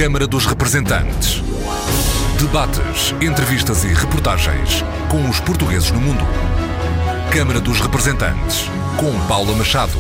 Câmara dos Representantes. Debates, entrevistas e reportagens com os portugueses no mundo. Câmara dos Representantes, com Paula Machado.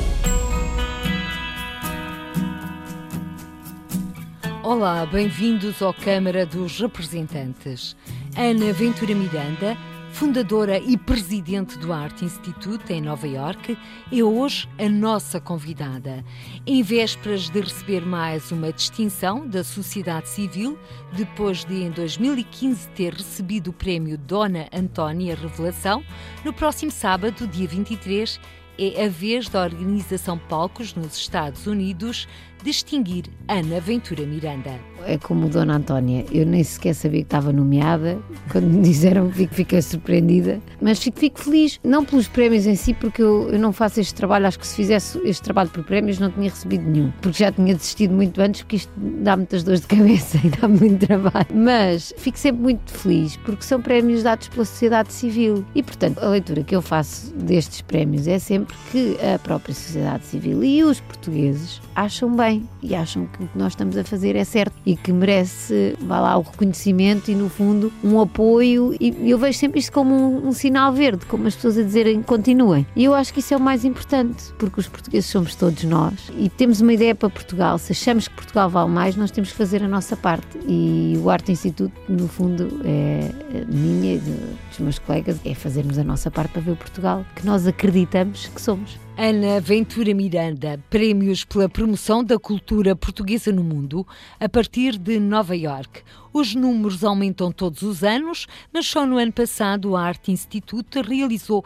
Olá, bem-vindos ao Câmara dos Representantes. Ana Ventura Miranda, fundadora e presidente do Art Institute em Nova Iorque, é hoje a nossa convidada. Em vésperas de receber mais uma distinção da sociedade civil, depois de em 2015 ter recebido o prémio Dona Antónia Revelação, no próximo sábado, dia 23, é a vez da Organização Palcos nos Estados Unidos distinguir Ana Ventura Miranda. É como Dona Antónia, eu nem sequer sabia que estava nomeada, quando me disseram fiquei surpreendida, mas fico feliz, não pelos prémios em si, porque eu não faço este trabalho, acho que se fizesse este trabalho por prémios não tinha recebido nenhum, porque já tinha desistido muito antes, porque isto dá muitas dores de cabeça e dá muito trabalho, mas fico sempre muito feliz, porque são prémios dados pela sociedade civil e, portanto, a leitura que eu faço destes prémios é sempre que a própria sociedade civil e os portugueses acham bem e acham que o que nós estamos a fazer é certo e que merece, vá lá, o reconhecimento e, no fundo, um apoio, e eu vejo sempre isto como um sinal verde, como as pessoas a dizerem continuem. E eu acho que isso é o mais importante, porque os portugueses somos todos nós e temos uma ideia para Portugal. Se achamos que Portugal vale mais, nós temos que fazer a nossa parte, e o Art Institute, no fundo, é minha e dos meus colegas, é fazermos a nossa parte para ver o Portugal que nós acreditamos que somos. Ana Ventura Miranda, prémios pela promoção da cultura portuguesa no mundo a partir de Nova Iorque. Os números aumentam todos os anos, mas só no ano passado o Art Institute realizou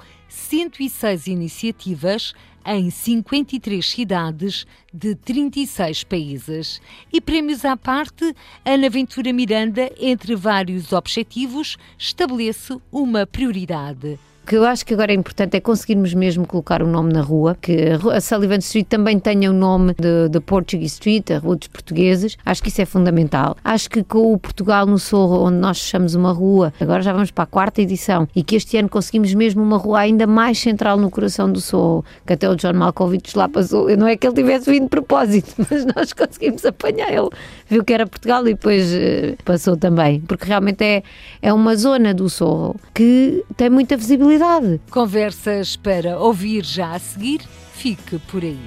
106 iniciativas em 53 cidades de 36 países. E prémios à parte, Ana Ventura Miranda, entre vários objetivos, estabelece uma prioridade. O que eu acho que agora é importante é conseguirmos mesmo colocar o nome na rua, que a Sullivan Street também tenha o nome de Portuguese Street, a Rua dos Portugueses. Acho que isso é fundamental. Acho que com o Portugal no Sorro, onde nós fechamos uma rua, agora já vamos para a 4ª edição, e que este ano conseguimos mesmo uma rua ainda mais central no coração do Sorro, que até o John Malkovich lá passou. Não é que ele tivesse vindo de propósito, mas nós conseguimos apanhar ele. Viu que era Portugal e depois passou também, porque realmente é uma zona do Sorro que tem muita visibilidade. Conversas para ouvir já a seguir, fique por aí.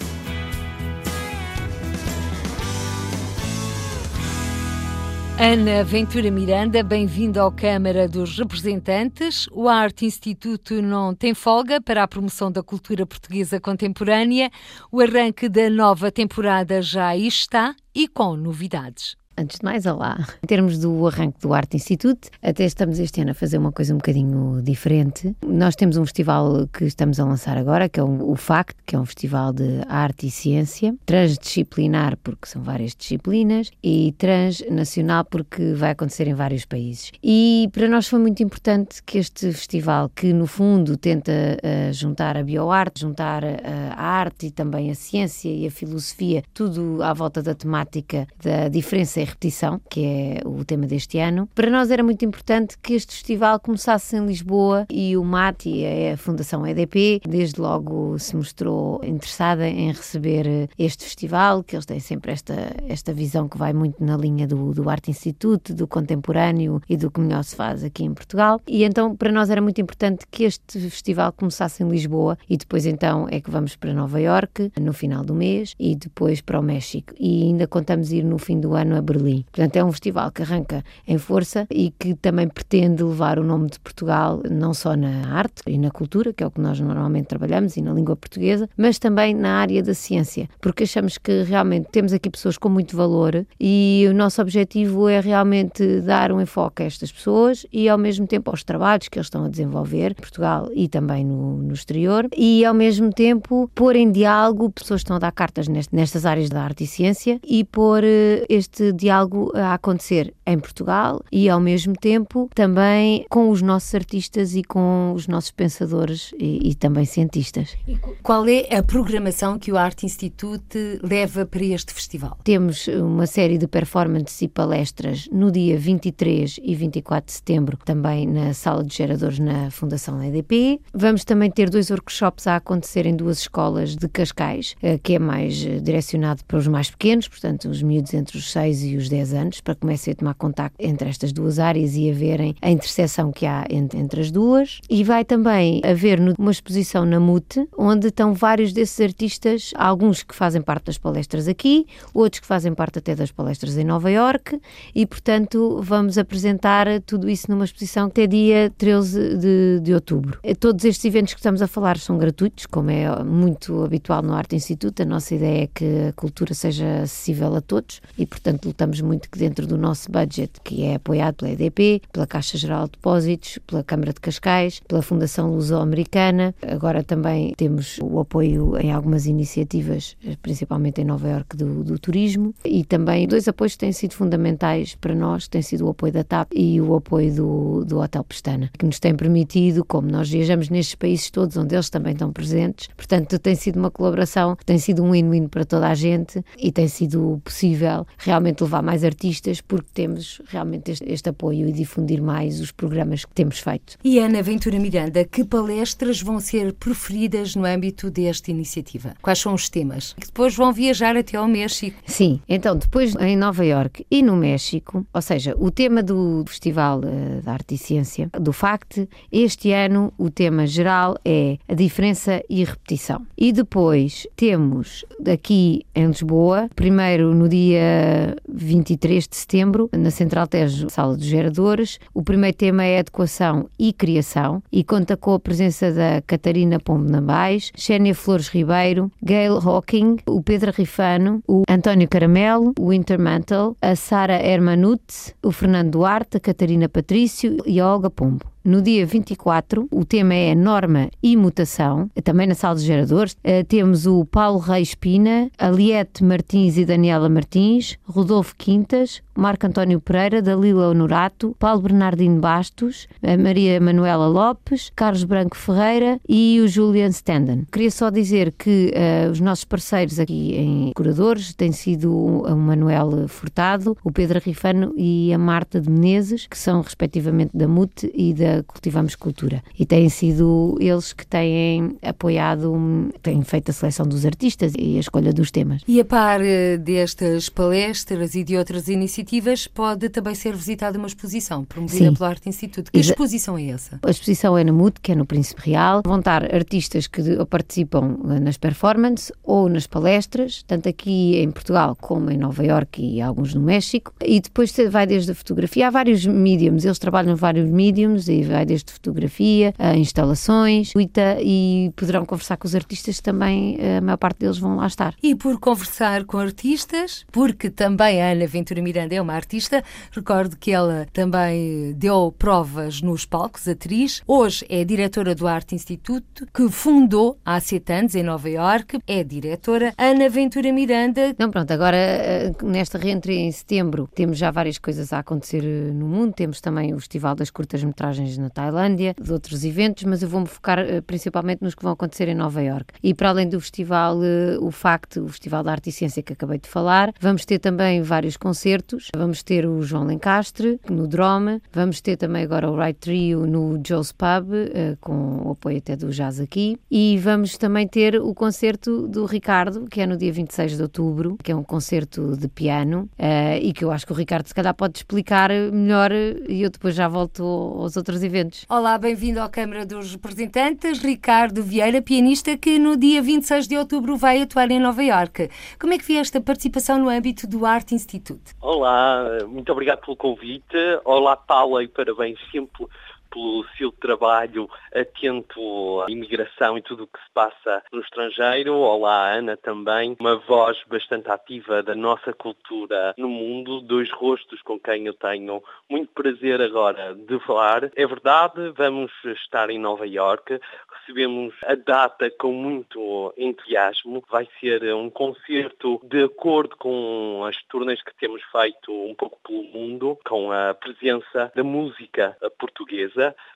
Ana Ventura Miranda, bem-vinda ao Câmara dos Representantes. O Art Institute não tem folga para a promoção da cultura portuguesa contemporânea. O arranque da nova temporada já aí está e com novidades. Antes de mais, olá. Em termos do arranque do Art Institute, até estamos este ano a fazer uma coisa um bocadinho diferente. Nós temos um festival que estamos a lançar agora, que é o FACT, que é um festival de arte e ciência, transdisciplinar, porque são várias disciplinas, e transnacional, porque vai acontecer em vários países. E para nós foi muito importante que este festival, que no fundo tenta juntar a bioarte, juntar a arte e também a ciência e a filosofia, tudo à volta da temática da diferença e repetição, que é o tema deste ano. Para nós era muito importante que este festival começasse em Lisboa, e o MAT e a Fundação EDP desde logo se mostrou interessada em receber este festival, que eles têm sempre esta visão que vai muito na linha do Art Institute, do contemporâneo e do que melhor se faz aqui em Portugal. E então para nós era muito importante que este festival começasse em Lisboa, e depois então é que vamos para Nova Iorque no final do mês e depois para o México, e ainda contamos ir no fim do ano a Berlim. Portanto, é um festival que arranca em força e que também pretende levar o nome de Portugal não só na arte e na cultura, que é o que nós normalmente trabalhamos, e na língua portuguesa, mas também na área da ciência, porque achamos que realmente temos aqui pessoas com muito valor, e o nosso objetivo é realmente dar um enfoque a estas pessoas e ao mesmo tempo aos trabalhos que eles estão a desenvolver em Portugal e também no exterior, e ao mesmo tempo pôr em diálogo pessoas que estão a dar cartas nestas áreas da arte e ciência, e pôr este diálogo a acontecer em Portugal e ao mesmo tempo também com os nossos artistas e com os nossos pensadores e também cientistas. E qual é a programação que o Art Institute leva para este festival? Temos uma série de performances e palestras no dia 23 e 24 de setembro, também na Sala de Geradores na Fundação EDP. Vamos também ter 2 workshops a acontecer em 2 escolas de Cascais, que é mais direcionado para os mais pequenos, portanto os miúdos entre os 6 e e os 10 anos, para que comecem a tomar contacto entre estas duas áreas e a verem a interseção que há entre as duas. E vai também haver uma exposição na MUT, onde estão vários desses artistas, alguns que fazem parte das palestras aqui, outros que fazem parte até das palestras em Nova Iorque, e portanto vamos apresentar tudo isso numa exposição até dia 13 de outubro. Todos estes eventos que estamos a falar são gratuitos, como é muito habitual no Arte Instituto. A nossa ideia é que a cultura seja acessível a todos e portanto lutamos muito que dentro do nosso budget, que é apoiado pela EDP, pela Caixa Geral de Depósitos, pela Câmara de Cascais, pela Fundação Luso-Americana. Agora também temos o apoio em algumas iniciativas, principalmente em Nova Iorque, do turismo, e também 2 apoios que têm sido fundamentais para nós, têm sido o apoio da TAP e o apoio do Hotel Pestana, que nos tem permitido, como nós viajamos nestes países todos onde eles também estão presentes, portanto tem sido uma colaboração, tem sido um win-win para toda a gente e tem sido possível realmente levar mais artistas porque temos realmente este apoio e difundir mais os programas que temos feito. E Ana Ventura Miranda, que palestras vão ser preferidas no âmbito desta iniciativa? Quais são os temas? Que depois vão viajar até ao México. Sim, então depois em Nova Iorque e no México, ou seja, o tema do Festival da Arte e Ciência, do FACT, este ano o tema geral é a diferença e repetição. E depois temos aqui em Lisboa, primeiro no dia 23 de setembro, na Central Tejo, Sala dos Geradores, o primeiro tema é Adequação e Criação e conta com a presença da Catarina Pombo Nabais, Xénia Flores Ribeiro, Gail Hawking, o Pedro Rifano, o António Caramelo, o Winter Mantle, a Sara Hermanutz, o Fernando Duarte, a Catarina Patrício e a Olga Pombo. No dia 24, o tema é Norma e Mutação, também na Sala dos Geradores. Temos o Paulo Reis Pina, a Liette Martins e Daniela Martins, Rodolfo Quintas, Marco António Pereira, Dalila Honorato, Paulo Bernardino Bastos, a Maria Manuela Lopes, Carlos Branco Ferreira e o Julian Standen. Queria só dizer que os nossos parceiros aqui em curadores têm sido o Manuel Furtado, o Pedro Rifano e a Marta de Menezes, que são respectivamente da MUT e da Cultivamos Cultura. E têm sido eles que têm apoiado, têm feito a seleção dos artistas e a escolha dos temas. E a par destas palestras e de outras iniciativas, pode também ser visitada uma exposição promovida pelo Arte Instituto. Que exposição é essa? A exposição é na MUT, que é no Príncipe Real. Vão estar artistas que participam nas performances ou nas palestras, tanto aqui em Portugal como em Nova Iorque e alguns no México. E depois vai desde a fotografia, há vários mediums, eles trabalham vários mediums e vai desde fotografia a instalações e poderão conversar com os artistas também, a maior parte deles vão lá estar. E por conversar com artistas, porque também a Ana Ventura Miranda é uma artista, recordo que ela também deu provas nos palcos, atriz, hoje é diretora do Arte Instituto, que fundou há 7 anos em Nova Iorque, é diretora Ana Ventura Miranda. Então pronto, agora nesta reentrée em setembro temos já várias coisas a acontecer no mundo, temos também o Festival das Curtas-Metragens na Tailândia, de outros eventos, mas eu vou-me focar principalmente nos que vão acontecer em Nova Iorque. E para além do festival, o FACT, o Festival da Arte e Ciência que acabei de falar, vamos ter também vários concertos, vamos ter o João Lencastre no Drome, vamos ter também agora o Right Trio no Joe's Pub, com o apoio até do Jazz aqui, e vamos também ter o concerto do Ricardo, que é no dia 26 de outubro, que é um concerto de piano, e que eu acho que o Ricardo se calhar pode explicar melhor e eu depois já volto aos outros eventos. Olá, bem-vindo à Câmara dos Representantes, Ricardo Vieira, pianista que no dia 26 de outubro vai atuar em Nova Iorque. Como é que foi esta participação no âmbito do Arte Institute? Olá, muito obrigado pelo convite. Olá, Paula, e parabéns sempre pelo seu trabalho atento à imigração e tudo o que se passa no estrangeiro. Olá, Ana, também, uma voz bastante ativa da nossa cultura no mundo, 2 rostos com quem eu tenho muito prazer agora de falar. É verdade, vamos estar em Nova Iorque, recebemos a data com muito entusiasmo. Vai ser um concerto de acordo com as turnês que temos feito um pouco pelo mundo, com a presença da música portuguesa.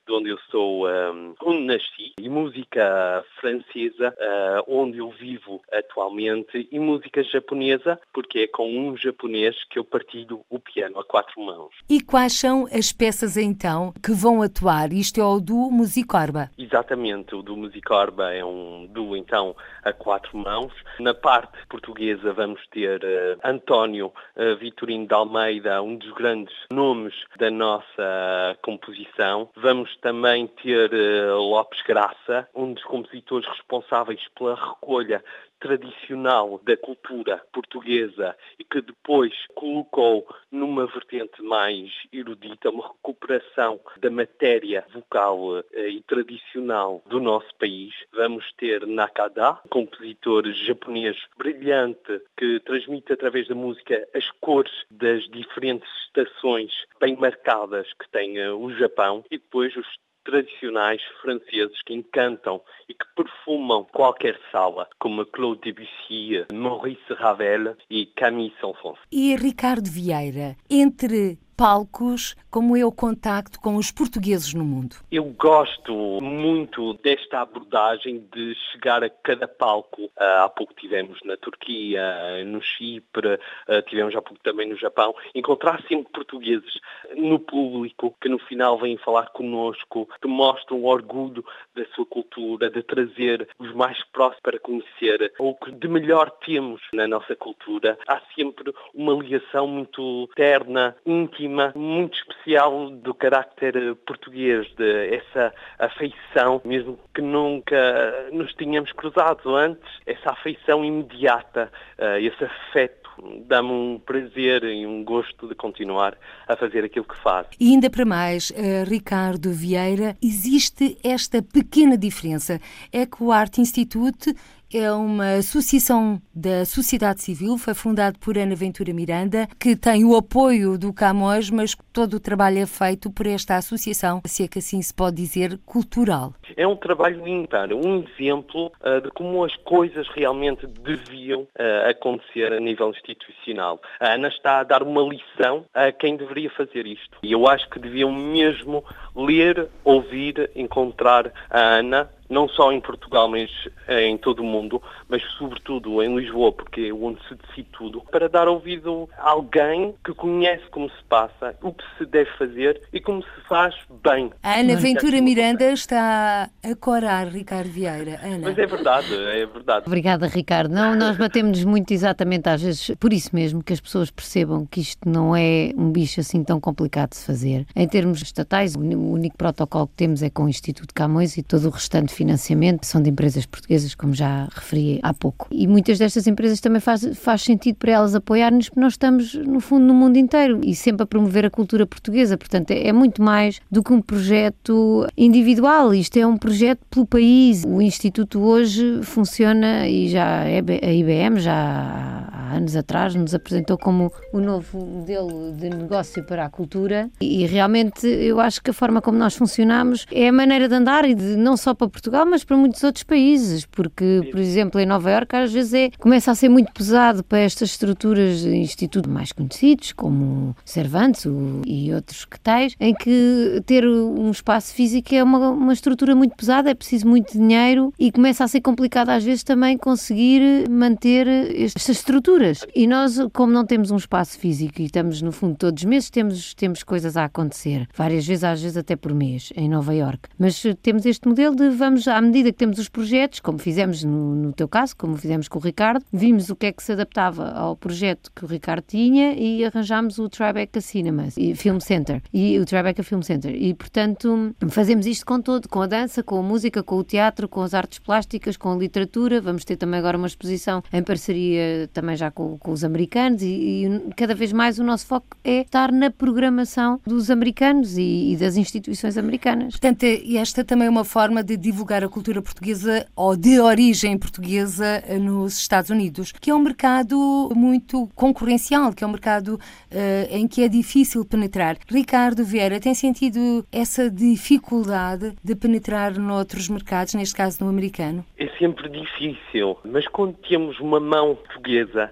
de onde eu sou, onde nasci, e música francesa, onde eu vivo atualmente, e música japonesa, porque é com um japonês que eu partilho o piano a 4 mãos. E quais são as peças então que vão atuar? Isto é o duo Musicorba. Exatamente, o duo Musicorba é um duo então a 4 mãos. Na parte portuguesa vamos ter António Vitorino de Almeida, um dos grandes nomes da nossa composição. Vamos também ter Lopes Graça, um dos compositores responsáveis pela recolha tradicional da cultura portuguesa e que depois colocou numa vertente mais erudita, uma recuperação da matéria vocal e tradicional do nosso país. Vamos ter Nakada, compositor japonês brilhante que transmite através da música as cores das diferentes estações bem marcadas que tem o Japão, e depois os tradicionais franceses que encantam e que perfumam qualquer sala, como Claude Debussy, Maurice Ravel e Camille Saint-Saëns. E Ricardo Vieira, entre palcos, como é o contacto com os portugueses no mundo? Eu gosto muito desta abordagem de chegar a cada palco. Há pouco tivemos na Turquia, no Chipre, tivemos há pouco também no Japão. Encontrar sempre portugueses no público que no final vêm falar connosco, que mostram o orgulho da sua cultura, de trazer os mais próximos para conhecer o que de melhor temos na nossa cultura. Há sempre uma ligação muito terna, íntima, muito especial do carácter português, de essa afeição, mesmo que nunca nos tínhamos cruzado antes, essa afeição imediata, esse afeto, dá-me um prazer e um gosto de continuar a fazer aquilo que faço. E ainda para mais, Ricardo Vieira, existe esta pequena diferença, é que o Art Institute é uma associação da sociedade civil, foi fundado por Ana Ventura Miranda, que tem o apoio do Camões, mas todo o trabalho é feito por esta associação, se é que assim se pode dizer, cultural. É um trabalho ímpar, um exemplo de como as coisas realmente deviam acontecer a nível institucional. A Ana está a dar uma lição a quem deveria fazer isto. E eu acho que deviam mesmo ler, ouvir, encontrar a Ana, não só em Portugal, mas em todo o mundo, mas sobretudo em Lisboa, porque é onde se decide tudo, para dar ouvido a alguém que conhece como se passa, o que se deve fazer e como se faz bem. A Ana Ventura Miranda está a corar Ricardo Vieira. Ana. Mas é verdade, é verdade. Obrigada, Ricardo. Não, nós batemos muito exatamente às vezes por isso mesmo, que as pessoas percebam que isto não é um bicho assim tão complicado de se fazer. Em termos estatais, o único protocolo que temos é com o Instituto Camões e todo o restante financiamento são de empresas portuguesas, como já referi há pouco. E muitas destas empresas também faz sentido para elas apoiar-nos, porque nós estamos, no fundo, no mundo inteiro e sempre a promover a cultura portuguesa. Portanto, é muito mais do que um projeto individual. Isto é um projeto pelo país. O Instituto hoje funciona e já a IBM já há anos atrás nos apresentou como o novo modelo de negócio para a cultura e realmente eu acho que a forma como nós funcionamos é a maneira de andar e de não só para Portugal, mas para muitos outros países, porque, por exemplo, em Nova Iorque às vezes começa a ser muito pesado para estas estruturas de instituto mais conhecidos, como Cervantes e outros que tais, em que ter um espaço físico é uma estrutura muito pesada, é preciso muito dinheiro e começa a ser complicado às vezes também conseguir manter estas estruturas. E nós, como não temos um espaço físico e estamos no fundo todos os meses, temos coisas a acontecer, várias vezes, às vezes até por mês, em Nova Iorque. Mas temos este modelo de vamos, à medida que temos os projetos, como fizemos no teu caso, como fizemos com o Ricardo, vimos o que é que se adaptava ao projeto que o Ricardo tinha e arranjámos o Tribeca Cinemas e Film Center e o Tribeca Film Center e, portanto, fazemos isto com todo, com a dança, com a música, com o teatro, com as artes plásticas, com a literatura. Vamos ter também agora uma exposição em parceria também já com os americanos e cada vez mais o nosso foco é estar na programação dos americanos e das instituições americanas. Portanto, esta também é uma forma de divulgar a cultura portuguesa ou de origem portuguesa nos Estados Unidos, que é um mercado muito concorrencial, que é um mercado em que é difícil penetrar. Ricardo Vieira, tem sentido essa dificuldade de penetrar noutros mercados, neste caso no americano? É sempre difícil, mas quando temos uma mão portuguesa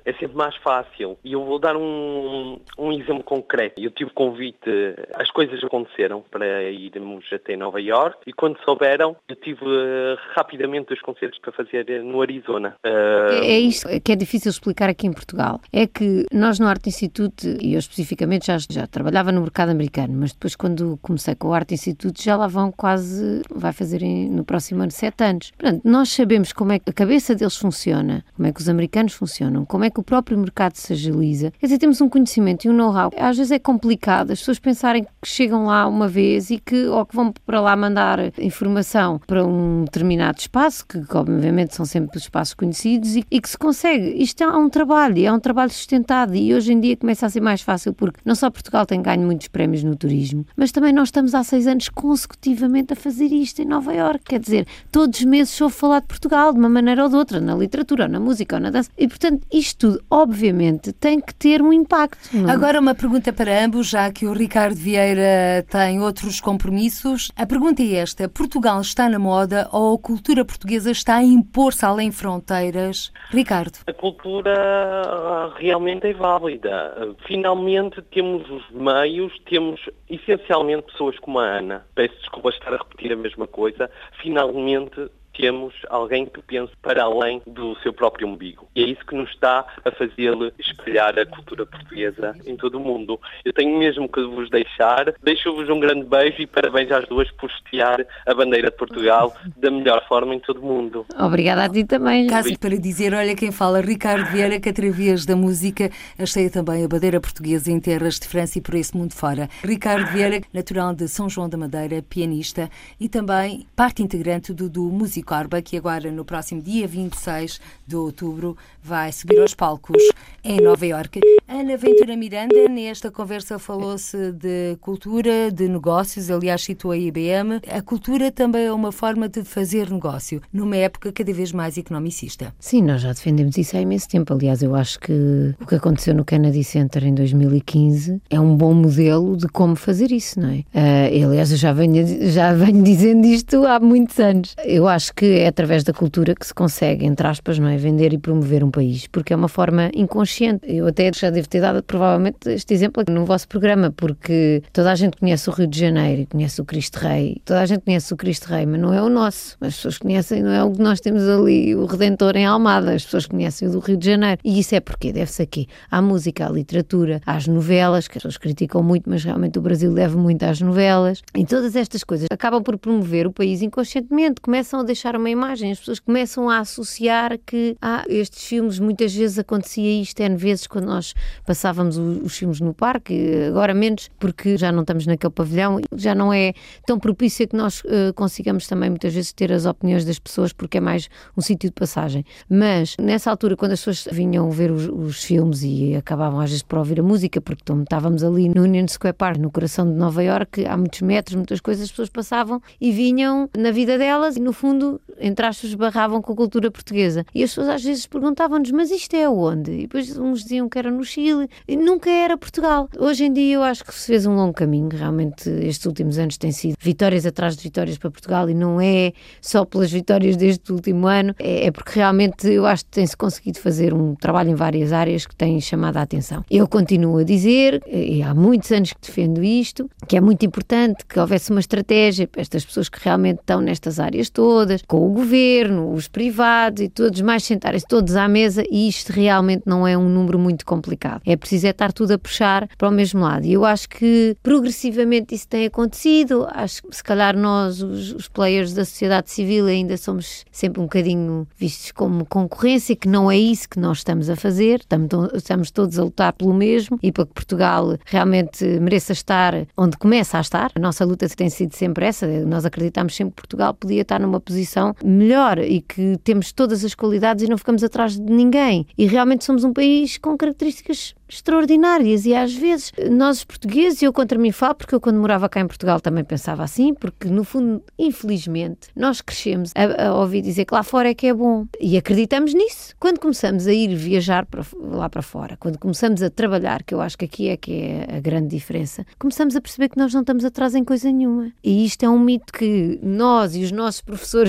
é sempre mais fácil. E eu vou dar um exemplo concreto. Eu tive convite, as coisas aconteceram para irmos até Nova Iorque e quando souberam, eu tive rapidamente 2 concertos para fazer no Arizona. É isto que é difícil explicar aqui em Portugal. É que nós no Art Institute, e eu especificamente já trabalhava no mercado americano, mas depois quando comecei com o Art Institute já lá vão vai fazer no próximo ano 7 anos. Portanto, nós sabemos como é que a cabeça deles funciona, como é que os americanos funcionam, como é que o próprio mercado se agiliza. Quer dizer, temos um conhecimento e um know-how. Às vezes é complicado as pessoas pensarem que chegam lá uma vez ou que vão para lá mandar informação para um determinado espaço, que obviamente são sempre espaços conhecidos, e que se consegue. Isto é um trabalho sustentado, e hoje em dia começa a ser mais fácil porque não só Portugal tem ganho muitos prémios no turismo, mas também nós estamos há 6 anos consecutivamente a fazer isto em Nova Iorque. Quer dizer, todos os meses ouve falar de Portugal de uma maneira ou de outra, na literatura, ou na música, ou na dança, e portanto isto tudo obviamente tem que ter um impacto. Não? Agora uma pergunta para ambos, já que o Ricardo Vieira tem outros compromissos. A pergunta é esta: Portugal está na moda ou a cultura portuguesa está a impor-se além fronteiras? Ricardo. A cultura realmente é válida. Finalmente temos os meios, temos essencialmente pessoas como a Ana. Peço desculpa estar a repetir a mesma coisa. Finalmente temos alguém que pense para além do seu próprio umbigo. E é isso que nos está a fazer espelhar a cultura portuguesa em todo o mundo. Eu tenho mesmo que vos deixo-vos um grande beijo e parabéns às duas por estiar a bandeira de Portugal da melhor forma em todo o mundo. Obrigada a ti também. Caso para dizer, olha quem fala, Ricardo Vieira, que através da música acheia também a bandeira portuguesa em terras de França e por esse mundo fora. Ricardo Vieira, natural de São João da Madeira, pianista e também parte integrante do Músico Arba, que agora no próximo dia 26 de outubro vai subir aos palcos em Nova Iorque. Ana Ventura Miranda, nesta conversa falou-se de cultura, de negócios, aliás citou a IBM. A cultura também é uma forma de fazer negócio, numa época cada vez mais economicista. Sim, nós já defendemos isso há imenso tempo. Aliás, eu acho que o que aconteceu no Kennedy Center em 2015 é um bom modelo de como fazer isso, não é? Aliás, eu já venho dizendo isto há muitos anos. Eu acho que é através da cultura que se consegue, entre aspas, não é, vender e promover um país, porque é uma forma inconsciente. Eu até já devo ter dado provavelmente este exemplo aqui no vosso programa, porque toda a gente conhece o Rio de Janeiro e conhece o Cristo Rei. Toda a gente conhece o Cristo Rei, mas não é o nosso. As pessoas conhecem, não é o que nós temos ali, o Redentor em Almada. As pessoas conhecem o do Rio de Janeiro. E isso é porque deve-se aqui à música, à literatura, às novelas, que as pessoas criticam muito, mas realmente o Brasil deve muito às novelas. E todas estas coisas acabam por promover o país inconscientemente, começam a deixar uma imagem, as pessoas começam a associar que estes filmes, muitas vezes acontecia isto N vezes quando nós passávamos os filmes no parque, agora menos porque já não estamos naquele pavilhão, já não é tão propício que nós consigamos também muitas vezes ter as opiniões das pessoas, porque é mais um sítio de passagem. Mas nessa altura, quando as pessoas vinham ver os filmes e acabavam às vezes por ouvir a música, porque estávamos ali no Union Square Park, no coração de Nova Iorque, há muitos metros, muitas coisas, as pessoas passavam e vinham na vida delas e no fundo, entre aspas, barravam com a cultura portuguesa. E as pessoas às vezes perguntavam-nos, mas isto é onde? E depois uns diziam que era no Chile, e nunca era Portugal. Hoje em dia eu acho que se fez um longo caminho, realmente estes últimos anos têm sido vitórias atrás de vitórias para Portugal, e não é só pelas vitórias deste último ano, é porque realmente eu acho que tem-se conseguido fazer um trabalho em várias áreas que têm chamado a atenção. Eu continuo a dizer, e há muitos anos que defendo isto, que é muito importante que houvesse uma estratégia para estas pessoas que realmente estão nestas áreas todas, com o governo, os privados e todos mais sentarem-se todos à mesa, e isto realmente não é um número muito complicado. É preciso estar tudo a puxar para o mesmo lado. E eu acho que progressivamente isso tem acontecido. Acho que se calhar nós, os players da sociedade civil, ainda somos sempre um bocadinho vistos como concorrência, que não é isso que nós estamos a fazer. Estamos todos a lutar pelo mesmo e para que Portugal realmente mereça estar onde começa a estar. A nossa luta tem sido sempre essa. Nós acreditamos sempre que Portugal podia estar numa posição melhor e que temos todas as qualidades e não ficamos atrás de ninguém. E realmente somos um país com características extraordinárias, e às vezes nós os portugueses, e eu contra mim falo porque eu quando morava cá em Portugal também pensava assim, porque no fundo, infelizmente, nós crescemos a ouvir dizer que lá fora é que é bom e acreditamos nisso. Quando começamos a ir viajar lá para fora, quando começamos a trabalhar, que eu acho que aqui é a grande diferença, começamos a perceber que nós não estamos atrás em coisa nenhuma, e isto é um mito que nós e os nossos professores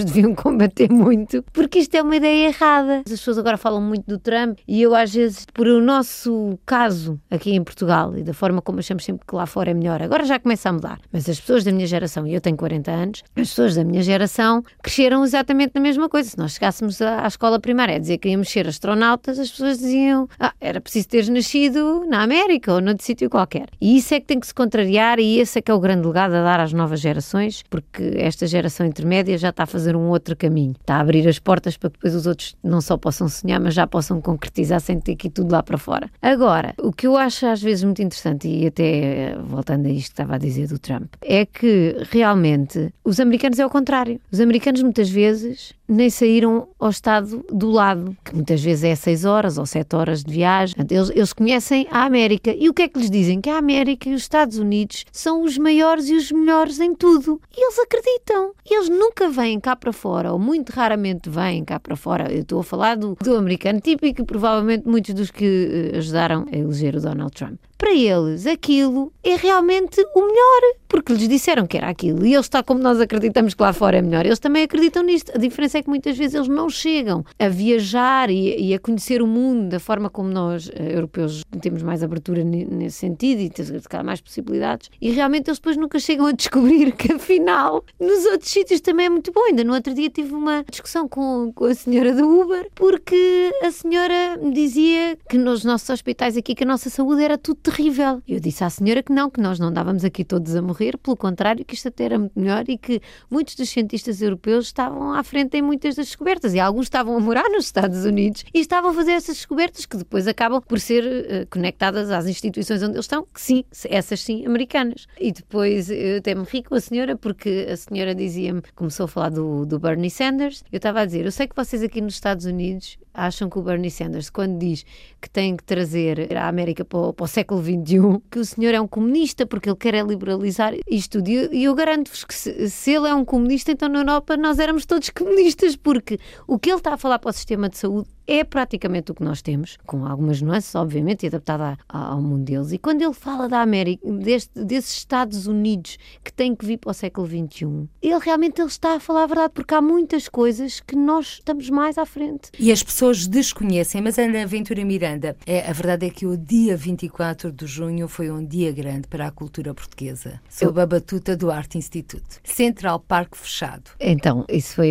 deviam combater muito, porque isto é uma ideia errada. As pessoas agora falam muito do Trump e eu às vezes, por o nosso caso aqui em Portugal e da forma como achamos sempre que lá fora é melhor, agora já começa a mudar, mas as pessoas da minha geração, e eu tenho 40 anos, as pessoas da minha geração cresceram exatamente na mesma coisa. Se nós chegássemos à escola primária a dizer que íamos ser astronautas, as pessoas diziam, era preciso teres nascido na América ou noutro sítio qualquer. E isso é que tem que se contrariar e esse é que é o grande legado a dar às novas gerações, porque esta geração intermédia já está a fazer um outro caminho. Está a abrir as portas para que depois os outros não só possam sonhar, mas já possam concretizar sem ter que ir tudo lá para fora. Agora, o que eu acho às vezes muito interessante, e até voltando a isto que estava a dizer do Trump, é que realmente os americanos é o contrário. Os americanos muitas vezes nem saíram ao estado do lado, que muitas vezes é 6 horas ou 7 horas de viagem. Eles conhecem a América. E o que é que lhes dizem? Que a América e os Estados Unidos são os maiores e os melhores em tudo. E eles acreditam. Eles nunca vêm cá para fora, ou muito raramente vêm cá para fora. Eu estou a falar do americano típico, e provavelmente muitos dos que ajudaram a eleger o Donald Trump. Para eles, aquilo é realmente o melhor, porque lhes disseram que era aquilo. E eles, tal como nós acreditamos que lá fora é melhor, eles também acreditam nisto. A diferença é que muitas vezes eles não chegam a viajar e a conhecer o mundo da forma como nós, europeus, temos mais abertura nesse sentido e temos mais possibilidades. E realmente eles depois nunca chegam a descobrir que, afinal, nos outros sítios também é muito bom. Ainda no outro dia tive uma discussão com a senhora do Uber, porque a senhora me dizia que nos nossos hospitais aqui, que a nossa saúde era tudo terrível. Eu disse à senhora que nós não andávamos aqui todos a morrer, pelo contrário, que isto até era muito melhor e que muitos dos cientistas europeus estavam à frente em muitas das descobertas e alguns estavam a morar nos Estados Unidos e estavam a fazer essas descobertas que depois acabam por ser conectadas às instituições onde eles estão, que sim, essas sim, americanas. E depois eu até me ri com a senhora, porque a senhora dizia-me, começou a falar do Bernie Sanders, eu estava a dizer, eu sei que vocês aqui nos Estados Unidos acham que o Bernie Sanders, quando diz que tem que trazer a América para o século XXI, que o senhor é um comunista porque ele quer liberalizar isto tudo. E eu garanto-vos que se ele é um comunista, então na Europa nós éramos todos comunistas, porque o que ele está a falar para o sistema de saúde é praticamente o que nós temos, com algumas nuances, obviamente, e adaptada ao mundo deles. E quando ele fala da América, desses Estados Unidos que têm que vir para o século XXI, ele realmente está a falar a verdade, porque há muitas coisas que nós estamos mais à frente. E as pessoas desconhecem, mas Ana Ventura Miranda, a verdade é que o dia 24 de junho foi um dia grande para a cultura portuguesa, sob a batuta do Art Institute. Central Park fechado. Então, isso foi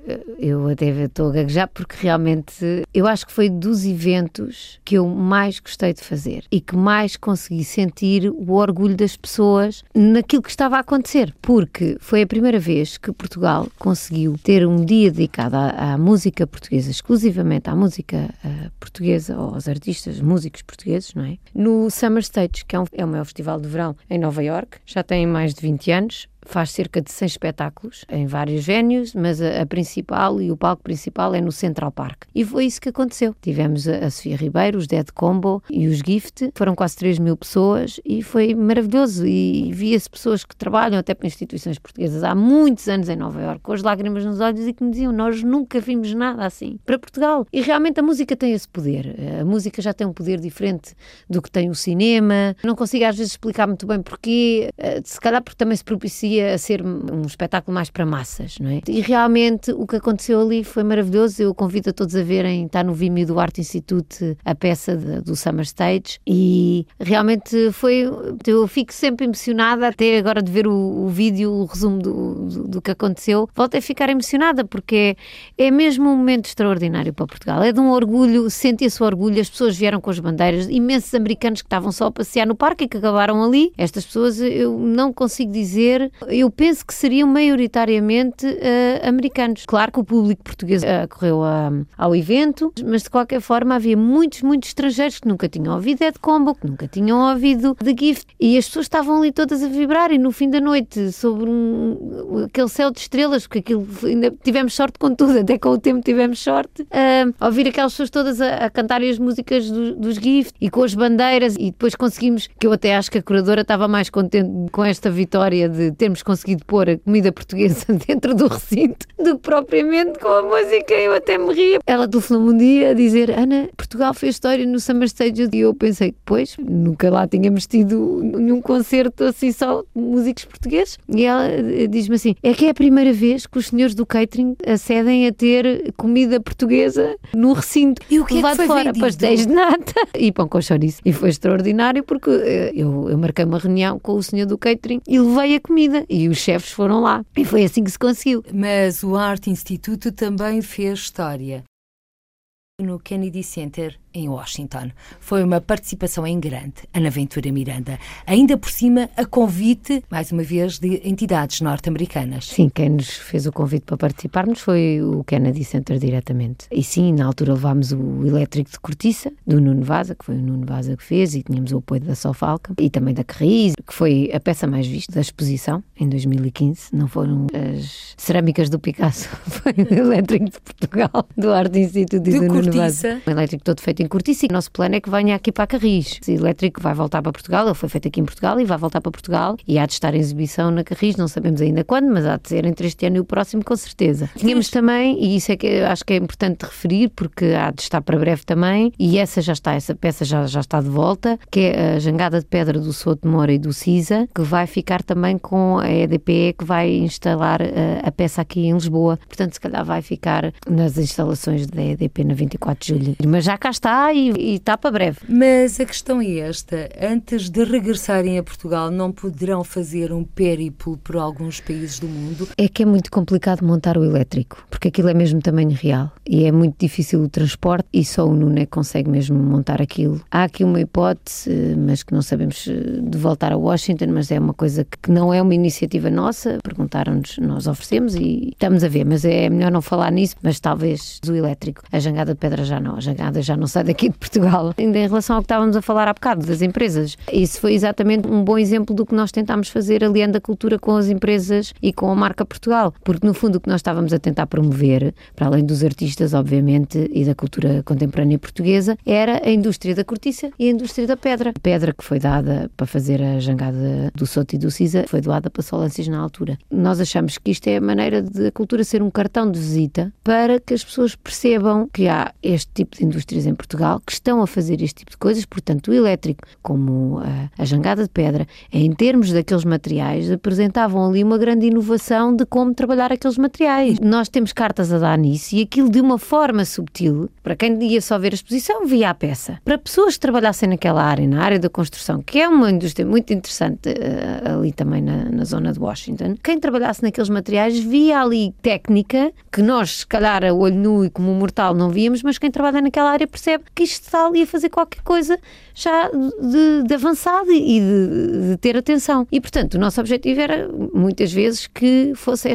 eu até estou a gaguejar, porque realmente eu acho que foi dos eventos que eu mais gostei de fazer e que mais consegui sentir o orgulho das pessoas naquilo que estava a acontecer, porque foi a primeira vez que Portugal conseguiu ter um dia dedicado à música portuguesa, exclusivamente à música portuguesa, ou aos artistas, músicos portugueses, não é? No Summer Stage, que é o maior festival de verão em Nova Iorque, já tem mais de 20 anos. Faz cerca de 100 espetáculos em vários venues, mas a principal e o palco principal é no Central Park. E foi isso que aconteceu. Tivemos a Sofia Ribeiro, os Dead Combo e os Gift. Foram quase 3.000 pessoas e foi maravilhoso. E via-se pessoas que trabalham até para instituições portuguesas há muitos anos em Nova Iorque, com as lágrimas nos olhos, e que me diziam, nós nunca vimos nada assim para Portugal. E realmente a música tem esse poder. A música já tem um poder diferente do que tem o cinema. Não consigo às vezes explicar muito bem porquê. Se calhar porque também se propicia a ser um espetáculo mais para massas, não é? E realmente o que aconteceu ali foi maravilhoso. Eu convido a todos a verem, está no Vimeo do Art Institute, a peça do Summer Stage, e realmente eu fico sempre emocionada, até agora de ver o vídeo, o resumo do que aconteceu, volto a ficar emocionada, porque é mesmo um momento extraordinário para Portugal. É de um orgulho, sente esse orgulho, as pessoas vieram com as bandeiras, imensos americanos que estavam só a passear no parque e que acabaram ali. Estas pessoas eu não consigo dizer. Eu penso que seriam maioritariamente americanos. Claro que o público português acorreu ao evento, mas de qualquer forma havia muitos estrangeiros que nunca tinham ouvido Dead Combo, que nunca tinham ouvido The Gift, e as pessoas estavam ali todas a vibrar, e no fim da noite, sobre aquele céu de estrelas, porque aquilo ainda tivemos sorte com tudo, até com o tempo tivemos sorte, a ouvir aquelas pessoas todas a cantarem as músicas dos Gift e com as bandeiras, e depois conseguimos, que eu até acho que a curadora estava mais contente com esta vitória de termos termos conseguido pôr a comida portuguesa dentro do recinto do que propriamente com a música. Eu até me ria. Ela telefonou-me um dia a dizer: Ana, Portugal fez história no Summer Stage. E eu pensei, pois, nunca lá tínhamos tido nenhum concerto assim só de músicos portugueses. E ela diz-me assim: é que é a primeira vez que os senhores do catering acedem a ter comida portuguesa no recinto. E o que é que foi fora? vendido? Pastéis de nata e pão com chouriço. E foi extraordinário porque eu marquei uma reunião com o senhor do catering e levei a comida e os chefes foram lá. E foi assim que se conseguiu. Mas o Art Institute também fez história no Kennedy Center em Washington. Foi uma participação em grande, Ana Ventura Miranda. Ainda por cima, a convite, mais uma vez, de entidades norte-americanas. Sim, quem nos fez o convite para participarmos foi o Kennedy Center diretamente. E sim, na altura levámos o Elétrico de Cortiça, do Nuno Vaza, que foi o Nuno Vaza que fez, e tínhamos o apoio da Sofalca e também da Carris, que foi a peça mais vista da exposição em 2015. Não foram as cerâmicas do Picasso, foi o Elétrico de Portugal, do Arte Instituto e do Nuno Vaza. Um elétrico todo feito em Cortiça, e o nosso plano é que venha aqui para a Carris. O elétrico vai voltar para Portugal, ele foi feito aqui em Portugal e vai voltar para Portugal e há de estar em exibição na Carris, não sabemos ainda quando, mas há de ser entre este ano e o próximo, com certeza. Tínhamos também, e isso é que acho que é importante referir, porque há de estar para breve também, e essa peça já está de volta, que é a Jangada de Pedra do Souto de Moura e do CISA, que vai ficar também com a EDP, que vai instalar a peça aqui em Lisboa. Portanto, se calhar vai ficar nas instalações da EDP na 24 de julho. Mas já cá está e está para breve. Mas a questão é esta: antes de regressarem a Portugal, não poderão fazer um périplo por alguns países do mundo? É que é muito complicado montar o elétrico, porque aquilo é mesmo tamanho real e é muito difícil o transporte e só o Nuno é que consegue mesmo montar aquilo. Há aqui uma hipótese, mas que não sabemos, de voltar a Washington, mas é uma coisa que não é uma iniciativa nossa. Perguntaram-nos, nós oferecemos e estamos a ver, mas é melhor não falar nisso, mas talvez o elétrico. A Jangada de Pedra já não, a Jangada já não sai daqui de Portugal. Ainda em relação ao que estávamos a falar há bocado, das empresas, isso foi exatamente um bom exemplo do que nós tentámos fazer aliando a cultura com as empresas e com a marca Portugal, porque no fundo o que nós estávamos a tentar promover, para além dos artistas, obviamente, e da cultura contemporânea portuguesa, era a indústria da cortiça e a indústria da pedra. A pedra que foi dada para fazer a Jangada do Souto e do CISA foi doada para Solâncias na altura. Nós achamos que isto é a maneira de a cultura ser um cartão de visita para que as pessoas percebam que há este tipo de indústrias em Portugal que estão a fazer este tipo de coisas. Portanto, o elétrico, como a Jangada de Pedra, em termos daqueles materiais, apresentavam ali uma grande inovação de como trabalhar aqueles materiais. Nós temos cartas a dar nisso e aquilo de uma forma subtil, para quem ia só ver a exposição, via a peça. Para pessoas que trabalhassem naquela área, na área da construção, que é uma indústria muito interessante ali também na zona de Washington, quem trabalhasse naqueles materiais via ali técnica que nós, se calhar, a olho nu e como um mortal não víamos, mas quem trabalha naquela área percebe que isto está ali a fazer qualquer coisa já de avançado e de ter atenção. E, portanto, o nosso objetivo era, muitas vezes, que fosse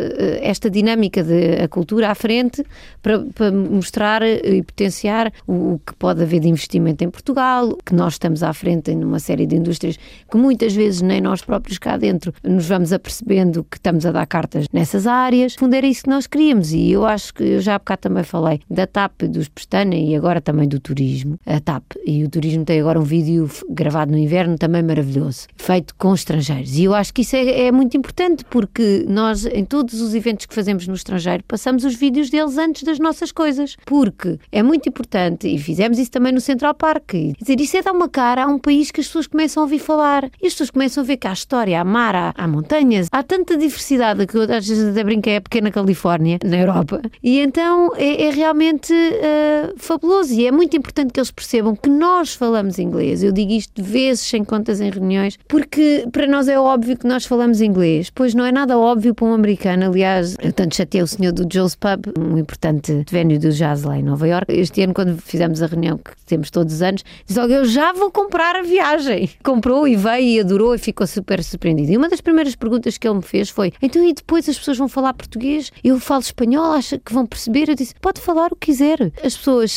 esta dinâmica da cultura à frente para mostrar e potenciar o que pode haver de investimento em Portugal, que nós estamos à frente numa série de indústrias que muitas vezes nem nós próprios cá dentro nos vamos apercebendo que estamos a dar cartas nessas áreas. No fundo, era isso que nós queríamos, e eu acho que eu já há bocado também falei da TAP, dos Pestana e agora também do turismo. A TAP e o turismo tem agora um vídeo gravado no inverno também maravilhoso, feito com estrangeiros, e eu acho que isso é muito importante, porque nós, em todos os eventos que fazemos no estrangeiro, passamos os vídeos deles antes das nossas coisas, porque é muito importante, e fizemos isso também no Central Park. Quer dizer, isso é dar uma cara a um país que as pessoas começam a ouvir falar, e as pessoas começam a ver que há história, há mar, há montanhas, há tanta diversidade que eu às vezes até brinquei, é pequena Califórnia, na Europa, e então é realmente fabuloso, e é muito importante que eles percebam que nós falamos inglês. Eu digo isto de vezes sem contas em reuniões, porque para nós é óbvio que nós falamos inglês, pois não é nada óbvio para um americano. Aliás, eu tanto chateei o senhor do Joe's Pub, um importante venue do jazz lá em Nova Iorque. Este ano, quando fizemos a reunião que temos todos os anos, disse logo: eu já vou comprar a viagem. Comprou e veio e adorou e ficou super surpreendido. E uma das primeiras perguntas que ele me fez foi: então, e depois as pessoas vão falar português? Eu falo espanhol, acha que vão perceber? Eu disse: pode falar o que quiser. As pessoas, para já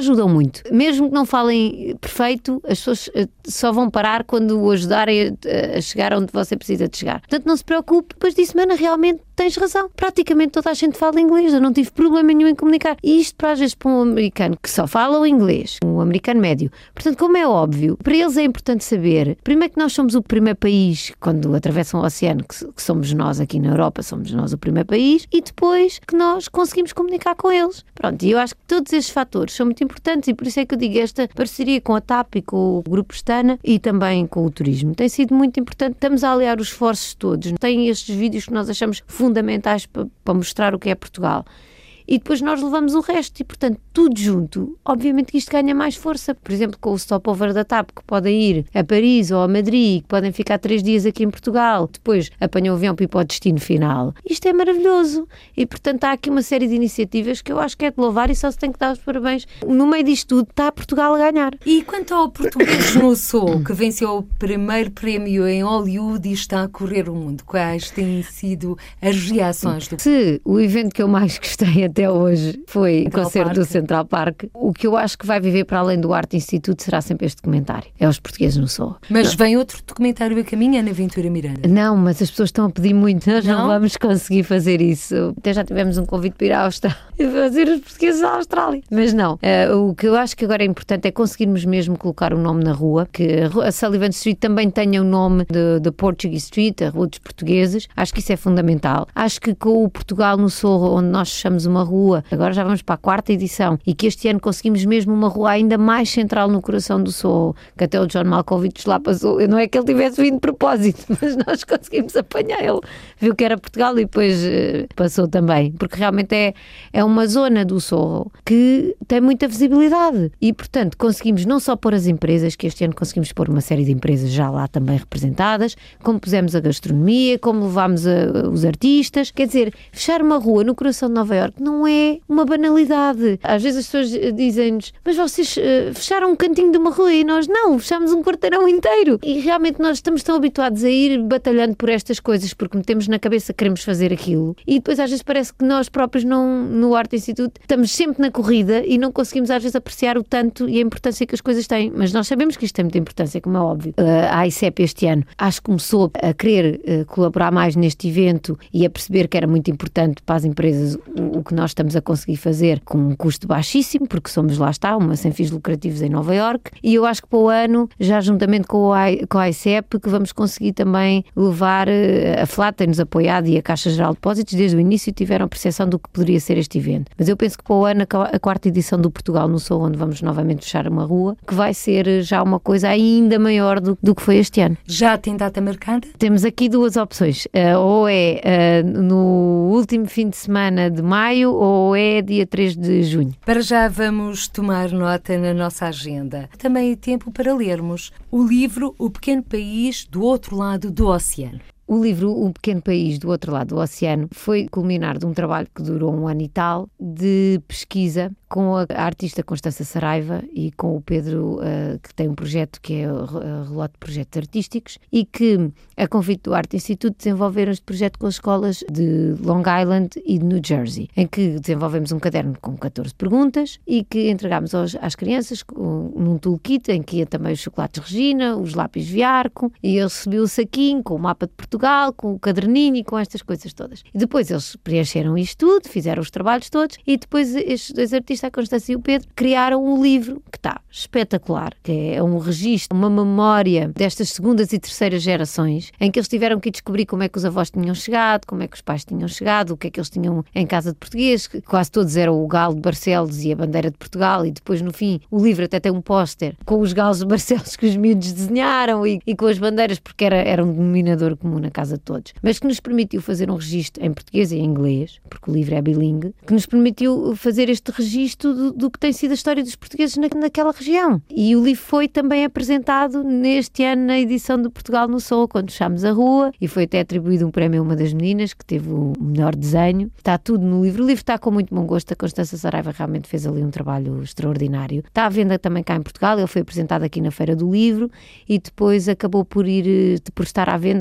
ajudam muito. Mesmo que não falem perfeito, as pessoas só vão parar quando o ajudarem a chegar onde você precisa de chegar. Portanto, não se preocupe, depois disse, Mana, realmente tens razão. Praticamente toda a gente fala inglês, eu não tive problema nenhum em comunicar. E isto, às vezes, para um americano que só fala o inglês, um americano médio. Portanto, como é óbvio, para eles é importante saber, primeiro que nós somos o primeiro país, quando atravessam o oceano, que somos nós aqui na Europa, somos nós o primeiro país, e depois que nós conseguimos comunicar com eles. Pronto, e eu acho que todos estes fatores são muito importantes e por isso é que eu digo, esta parceria com a TAP e com o Grupo Pestana e também com o turismo tem sido muito importante. Estamos a aliar os esforços todos. Tem estes vídeos que nós achamos fundamentais para mostrar o que é Portugal. E depois nós levamos o resto e, portanto, tudo junto, obviamente que isto ganha mais força. Por exemplo, com o stopover da TAP, que podem ir a Paris ou a Madrid, que podem ficar 3 dias aqui em Portugal, depois apanham o avião para ir para o destino final. Isto é maravilhoso. E, portanto, há aqui uma série de iniciativas que eu acho que é de louvar e só se tem que dar os parabéns. No meio disto tudo, está Portugal a ganhar. E quanto ao Português no Sul, que venceu o primeiro prémio em Hollywood e está a correr o mundo, quais têm sido as reações do... Se o evento que eu mais gostei até hoje foi o concerto do Central Park, o que eu acho que vai viver para além do Arte Instituto será sempre este documentário. É os Portugueses no Sul. Mas vem outro documentário a caminho, Ana Ventura Miranda? Não, mas as pessoas estão a pedir muito. Nós não vamos conseguir fazer isso. Até já tivemos um convite para ir à Austrália e fazer os Portugueses à Austrália. Mas não. O que eu acho que agora é importante é conseguirmos mesmo colocar o nome na rua, que a Sullivan Street também tenha o nome de Portuguese Street, a Rua dos Portugueses. Acho que isso é fundamental. Acho que com o Portugal no Sul, onde nós fechamos uma rua, agora já vamos para a 4ª edição, e que este ano conseguimos mesmo uma rua ainda mais central no coração do Sul, que até o John Malkovich lá passou. Não é que ele tivesse vindo de propósito, mas nós conseguimos apanhar ele. Viu que era Portugal e depois passou também, porque realmente é uma zona do Sul que tem muita visibilidade e, portanto, conseguimos não só pôr as empresas, que este ano conseguimos pôr uma série de empresas já lá também representadas, como pusemos a gastronomia, como levámos os artistas. Quer dizer, fechar uma rua no coração de Nova Iorque não é uma banalidade. Às vezes as pessoas dizem-nos, mas vocês fecharam um cantinho de uma rua e nós não, fechamos um quarteirão inteiro. E realmente nós estamos tão habituados a ir batalhando por estas coisas, porque metemos na cabeça que queremos fazer aquilo. E depois às vezes parece que nós próprios no Arte Instituto estamos sempre na corrida e não conseguimos às vezes apreciar o tanto e a importância que as coisas têm. Mas nós sabemos que isto tem muita importância, como é óbvio. A AICEP este ano acho que começou a querer colaborar mais neste evento e a perceber que era muito importante para as empresas o que nós estamos a conseguir fazer com um custo baixíssimo, porque somos, lá está, uma sem fins lucrativos em Nova Iorque, e eu acho que para o ano, já juntamente com a AICEP, que vamos conseguir também levar, a FLAT tem-nos apoiado e a Caixa Geral de Depósitos desde o início tiveram a percepção do que poderia ser este evento. Mas eu penso que para o ano, a 4ª edição do Portugal no Sul, onde vamos novamente fechar uma rua, que vai ser já uma coisa ainda maior do que foi este ano. Já tem data marcada? Temos aqui 2 opções, ou é no último fim de semana de maio, ou é dia 3 de junho. Para já vamos tomar nota na nossa agenda. Também é tempo para lermos o livro O Pequeno País do Outro Lado do Oceano. O livro Um Pequeno País do Outro Lado do Oceano foi culminar de um trabalho que durou 1 ano e tal de pesquisa com a artista Constança Saraiva e com o Pedro, que tem um projeto que é o Relote de Projetos Artísticos e que, a convite do Arte Instituto, desenvolveram este projeto com as escolas de Long Island e de New Jersey, em que desenvolvemos um caderno com 14 perguntas e que entregámos às crianças num toolkit em que ia também os chocolates Regina, os lápis Viarco, e eles recebiam o saquinho com o mapa de Portugal, com o caderninho e com estas coisas todas. E depois eles preencheram isto tudo, fizeram os trabalhos todos e depois estes 2 artistas, a Constância e o Pedro, criaram um livro que está espetacular, que é um registro, uma memória destas 2ª e 3ª gerações, em que eles tiveram que descobrir como é que os avós tinham chegado, como é que os pais tinham chegado, o que é que eles tinham em casa de português, que quase todos eram o galo de Barcelos e a bandeira de Portugal, e depois no fim o livro até tem um póster com os galos de Barcelos que os miúdos desenharam e com as bandeiras, porque era um denominador comum na casa de todos, mas que nos permitiu fazer um registro em português e em inglês, porque o livro é bilingue, que nos permitiu fazer este registro do que tem sido a história dos portugueses naquela região. E o livro foi também apresentado neste ano na edição do Portugal no Sul, quando fechámos a rua, e foi até atribuído um prémio a uma das meninas que teve o melhor desenho. Está tudo no livro. O livro está com muito bom gosto. A Constança Saraiva realmente fez ali um trabalho extraordinário. Está à venda também cá em Portugal. Ele foi apresentado aqui na Feira do Livro e depois acabou por estar à venda já na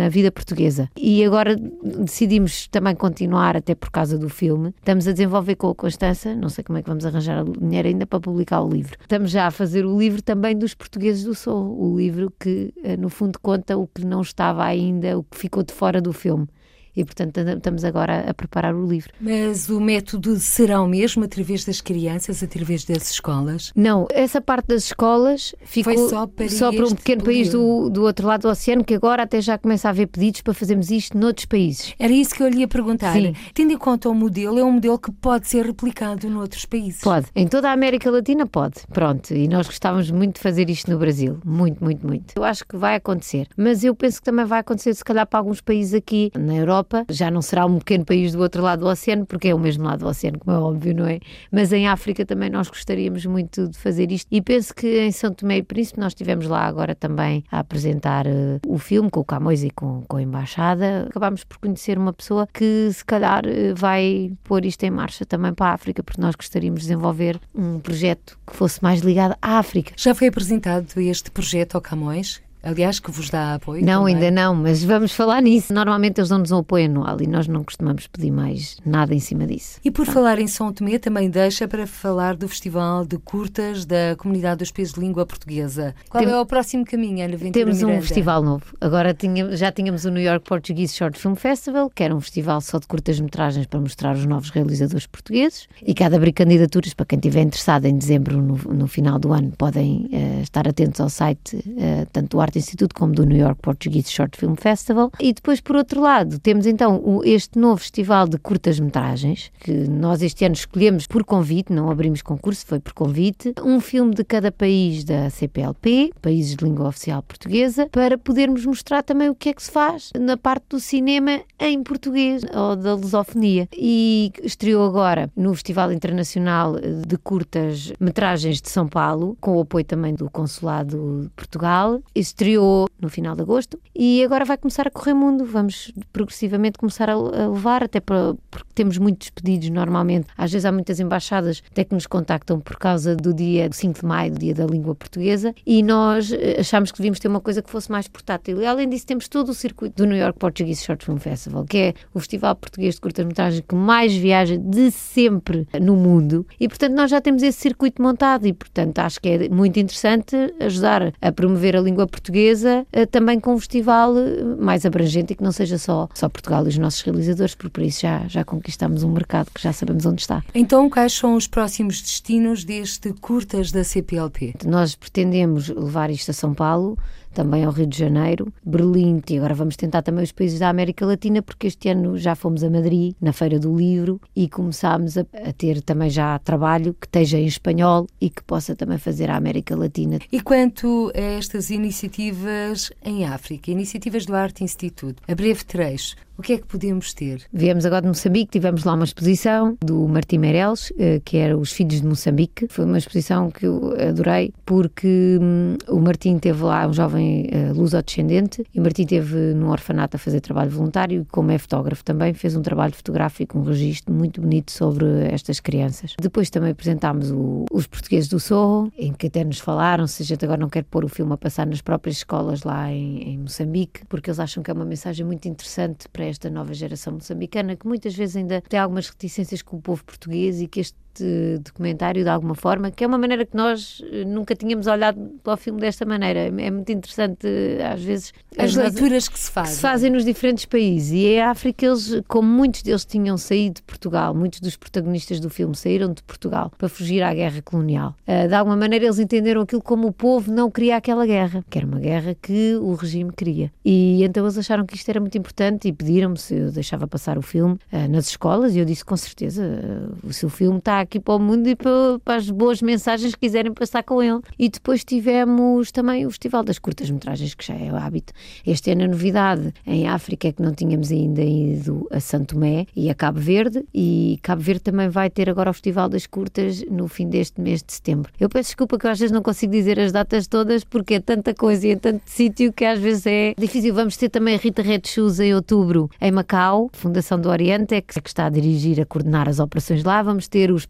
na vida portuguesa. E agora decidimos também continuar, até por causa do filme. Estamos a desenvolver com a Constança, não sei como é que vamos arranjar o dinheiro ainda para publicar o livro. Estamos já a fazer o livro também dos portugueses do Sorro, o livro que, no fundo, conta o que não estava ainda, o que ficou de fora do filme. E, portanto, estamos agora a preparar o livro. Mas o método será o mesmo através das crianças, através das escolas? Não, essa parte das escolas ficou só para um pequeno país do outro lado do oceano, que agora até já começa a haver pedidos para fazermos isto noutros países. Era isso que eu lhe ia perguntar. Sim. Tendo em conta o modelo, é um modelo que pode ser replicado noutros países? Pode. Em toda a América Latina pode. Pronto. E nós gostávamos muito de fazer isto no Brasil. Muito, muito, muito. Eu acho que vai acontecer. Mas eu penso que também vai acontecer, se calhar, para alguns países aqui na Europa. Já não será um pequeno país do outro lado do oceano, porque é o mesmo lado do oceano, como é óbvio, não é? Mas em África também nós gostaríamos muito de fazer isto. E penso que em São Tomé e Príncipe nós estivemos lá agora também a apresentar o filme com o Camões e com a Embaixada. Acabámos por conhecer uma pessoa que se calhar vai pôr isto em marcha também para a África, porque nós gostaríamos de desenvolver um projeto que fosse mais ligado à África. Já foi apresentado este projeto ao Camões? Aliás, que vos dá apoio? Não, também. ainda não, mas vamos falar nisso. Normalmente eles dão-nos um apoio anual e nós não costumamos pedir mais nada em cima disso. E por falar em São Tomé, também deixa para falar do Festival de Curtas da Comunidade dos Países de Língua Portuguesa. Qual é o próximo caminho, Ana Ventura Temos Miranda? um festival novo. Agora já tínhamos o New York Portuguese Short Film Festival, que era um festival só de curtas-metragens para mostrar os novos realizadores portugueses. E que há de abrir candidaturas para quem estiver interessado em dezembro, no final do ano. Podem estar atentos ao site tanto do Arte Instituto como do New York Portuguese Short Film Festival. E depois, por outro lado, temos então este novo festival de curtas-metragens, que nós este ano escolhemos por convite, não abrimos concurso, foi por convite, um filme de cada país da CPLP, países de língua oficial portuguesa, para podermos mostrar também o que é que se faz na parte do cinema em português, ou da lusofonia. E estreou agora no Festival Internacional de Curtas-Metragens de São Paulo, com o apoio também do Consulado de Portugal. Estreou no final de agosto e agora vai começar a correr mundo. Vamos progressivamente começar a levar, até porque temos muitos pedidos normalmente. Às vezes há muitas embaixadas até que nos contactam por causa do dia 5 de maio, do dia da língua portuguesa, e nós achámos que devíamos ter uma coisa que fosse mais portátil. E além disso temos todo o circuito do New York Portuguese Short Film Festival, que é o festival português de curtas-metragens que mais viaja de sempre no mundo, e portanto nós já temos esse circuito montado e portanto acho que é muito interessante ajudar a promover a língua portuguesa também com um festival mais abrangente e que não seja só Portugal e os nossos realizadores, porque por isso já conquistamos um mercado que já sabemos onde está. Então, quais são os próximos destinos deste Curtas da CPLP? Nós pretendemos levar isto a São Paulo, também ao Rio de Janeiro, Berlim, e agora vamos tentar também os países da América Latina, porque este ano já fomos a Madrid, na Feira do Livro, e começámos a ter também já trabalho que esteja em espanhol e que possa também fazer a América Latina. E quanto a estas iniciativas em África, iniciativas do Arte Instituto, a breve trecho, o que é que podemos ter? Viemos agora de Moçambique, tivemos lá uma exposição do Martim Meireles, que era Os Filhos de Moçambique. Foi uma exposição que eu adorei, porque o Martim teve lá, um jovem luso-descendente, e o Martim esteve num orfanato a fazer trabalho voluntário e, como é fotógrafo também, fez um trabalho fotográfico, um registro muito bonito sobre estas crianças. Depois também apresentámos os portugueses do Sorro, em que até nos falaram se a gente agora não quer pôr o filme a passar nas próprias escolas lá em Moçambique, porque eles acham que é uma mensagem muito interessante para esta nova geração moçambicana, que muitas vezes ainda tem algumas reticências com o povo português, e que este documentário, de alguma forma, que é uma maneira que nós nunca tínhamos olhado para o filme desta maneira. É muito interessante, às vezes, as leituras que se fazem nos diferentes países. E a África, eles, como muitos deles tinham saído de Portugal, muitos dos protagonistas do filme saíram de Portugal para fugir à guerra colonial. De alguma maneira eles entenderam aquilo como o povo não queria aquela guerra, que era uma guerra que o regime queria. E então eles acharam que isto era muito importante e pediram-me se eu deixava passar o filme nas escolas, e eu disse com certeza, o seu filme está aqui para o mundo e para as boas mensagens que quiserem passar com ele. E depois tivemos também o Festival das Curtas-Metragens, que já é o hábito. Este ano a novidade em África é que não tínhamos ainda ido a São Tomé e a Cabo Verde, e Cabo Verde também vai ter agora o Festival das Curtas no fim deste mês de setembro. Eu peço desculpa que eu às vezes não consigo dizer as datas todas, porque é tanta coisa e é tanto sítio que às vezes é difícil. Vamos ter também a Rita Red Shoes em outubro em Macau, Fundação do Oriente é que está a dirigir, a coordenar as operações lá. Vamos ter os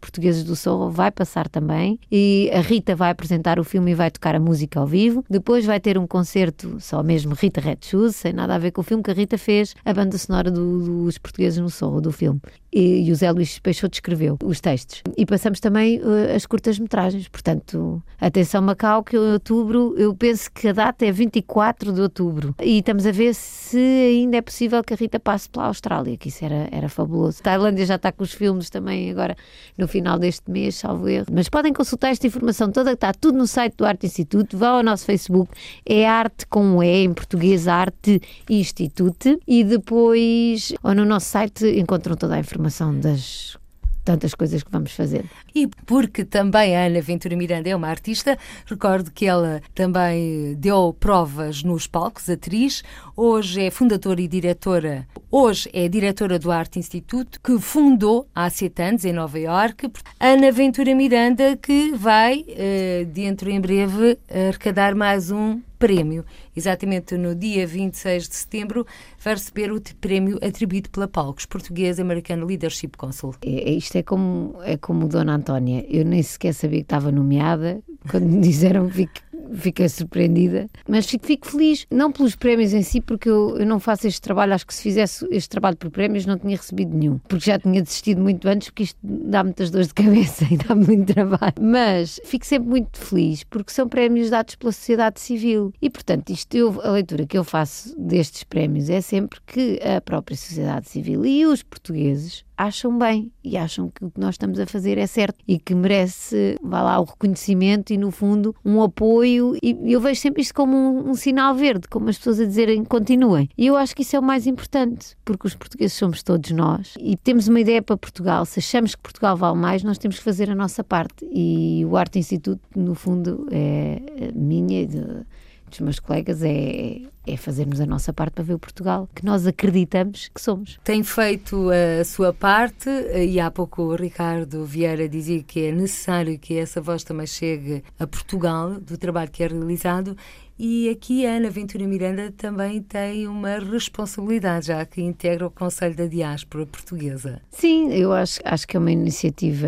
Portugueses do Sorro vai passar também, e a Rita vai apresentar o filme e vai tocar a música ao vivo. Depois vai ter um concerto, só mesmo Rita Red Shoes, sem nada a ver com o filme, que a Rita fez a banda sonora dos Portugueses no Sorro, do filme. E o Zé Luís Peixoto escreveu os textos. E passamos também as curtas-metragens. Portanto, atenção Macau, que em outubro, eu penso que a data é 24 de outubro. E estamos a ver se ainda é possível que a Rita passe pela Austrália, que isso era fabuloso. A Tailândia já está com os filmes também agora no final deste mês, salvo erro. Mas podem consultar esta informação toda, está tudo no site do Arte Instituto. Vá ao nosso Facebook, é Arte com E, em português, Arte Instituto. E depois, ou no nosso site, encontram toda a informação das tantas coisas que vamos fazer. E porque também a Ana Ventura Miranda é uma artista, recordo que ela também deu provas nos palcos, atriz, hoje é fundadora e diretora, hoje é diretora do Arte Instituto, que fundou há 7 anos em Nova Iorque. Ana Ventura Miranda, que vai, dentro em breve, arrecadar mais um prémio. Exatamente no dia 26 de setembro vai receber o prémio atribuído pela Palcos, Português American Leadership Council. Isto é como Dona Antónia. Eu nem sequer sabia que estava nomeada. Quando me disseram, fiquei surpreendida. Mas fico feliz, não pelos prémios em si, porque eu não faço este trabalho. Acho que se fizesse este trabalho por prémios não tinha recebido nenhum. Porque já tinha desistido muito antes, porque isto dá muitas dores de cabeça e dá muito trabalho. Mas fico sempre muito feliz, porque são prémios dados pela sociedade civil. E, portanto, a leitura que eu faço destes prémios é sempre que a própria sociedade civil e os portugueses acham bem e acham que o que nós estamos a fazer é certo e que merece, vá lá, o reconhecimento e, no fundo, um apoio. E eu vejo sempre isto como um sinal verde, como as pessoas a dizerem continuem. E eu acho que isso é o mais importante, porque os portugueses somos todos nós e temos uma ideia para Portugal. Se achamos que Portugal vale mais, nós temos que fazer a nossa parte. E o Arte Instituto, no fundo, é minha e dos meus colegas, é fazermos a nossa parte para ver o Portugal que nós acreditamos que somos. Tem feito a sua parte e há pouco o Ricardo Vieira dizia que é necessário que essa voz também chegue a Portugal, do trabalho que é realizado. E aqui a Ana Ventura Miranda também tem uma responsabilidade, já que integra o Conselho da Diáspora Portuguesa. Sim, eu acho que é uma iniciativa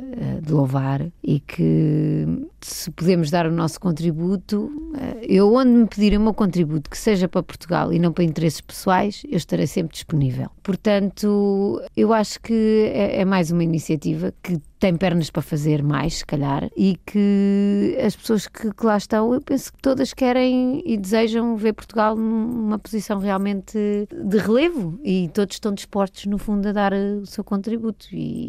de louvar e que, se podemos dar o nosso contributo, onde me pedirem o meu contributo, que seja para Portugal e não para interesses pessoais, eu estarei sempre disponível. Portanto, eu acho que é mais uma iniciativa que tem pernas para fazer mais, se calhar, e que as pessoas que lá estão, eu penso que todas querem e desejam ver Portugal numa posição realmente de relevo e todos estão dispostos, no fundo, a dar o seu contributo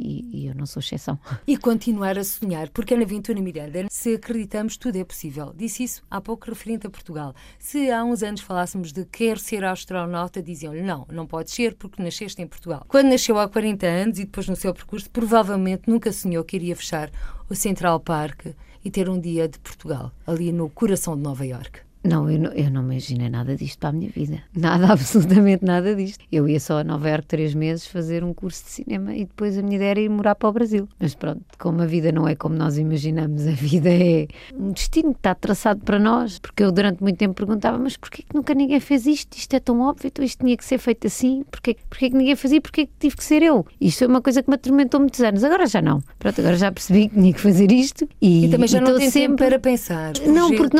e eu não sou exceção. E continuar a sonhar, porque Ana Ventura Miranda, se acreditamos, tudo é possível. Disse isso há pouco referente a Portugal. Se há uns anos falássemos de quero ser astronauta, diziam-lhe não podes ser porque nasceste em Portugal. Quando nasceu há 40 anos e depois no seu percurso, provavelmente nunca sonhou que iria fechar o Central Park e ter um dia de Portugal, ali no coração de Nova Iorque. Não, eu não imaginei nada disto para a minha vida. Nada, absolutamente nada disto. Eu ia só a Nova Iorque 3 meses fazer um curso de cinema e depois a minha ideia era ir morar para o Brasil. Mas pronto, como a vida não é como nós imaginamos, a vida é um destino que está traçado para nós. Porque eu durante muito tempo perguntava, mas porquê que nunca ninguém fez isto? Isto é tão óbvio, então isto tinha que ser feito assim. Porquê que ninguém fazia? Porquê que tive que ser eu? Isto é uma coisa que me atormentou muitos anos. Agora já não. Pronto, agora já percebi que tinha que fazer isto. E também já não tem tempo para pensar. Não, porque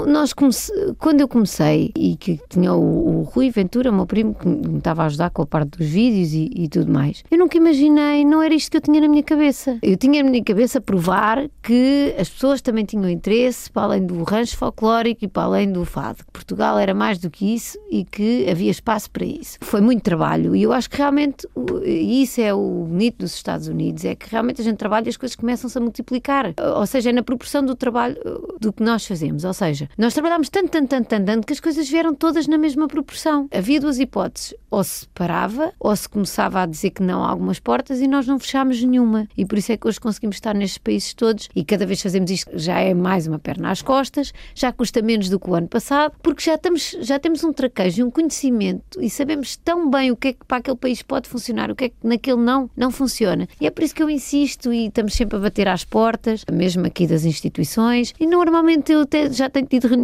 quando eu comecei e que tinha o Rui Ventura, o meu primo, que me estava a ajudar com a parte dos vídeos e tudo mais, eu nunca imaginei, não era isto que eu tinha na minha cabeça. Eu tinha na minha cabeça provar que as pessoas também tinham interesse para além do rancho folclórico e para além do fado. Que Portugal era mais do que isso e que havia espaço para isso. Foi muito trabalho e eu acho que realmente, e isso é o bonito dos Estados Unidos, é que realmente a gente trabalha e as coisas começam-se a multiplicar. Ou seja, é na proporção do trabalho do que nós fazemos. Ou seja, nós trabalhámos tanto que as coisas vieram todas na mesma proporção. Havia 2 hipóteses. Ou se parava, ou se começava a dizer que não a algumas portas e nós não fechámos nenhuma. E por isso é que hoje conseguimos estar nestes países todos e cada vez fazemos isto, já é mais uma perna às costas, já custa menos do que o ano passado, porque já temos um traquejo e um conhecimento e sabemos tão bem o que é que para aquele país pode funcionar, o que é que naquele não funciona. E é por isso que eu insisto e estamos sempre a bater às portas, mesmo aqui das instituições, e normalmente eu até já tenho tido reuniões que eles dizem,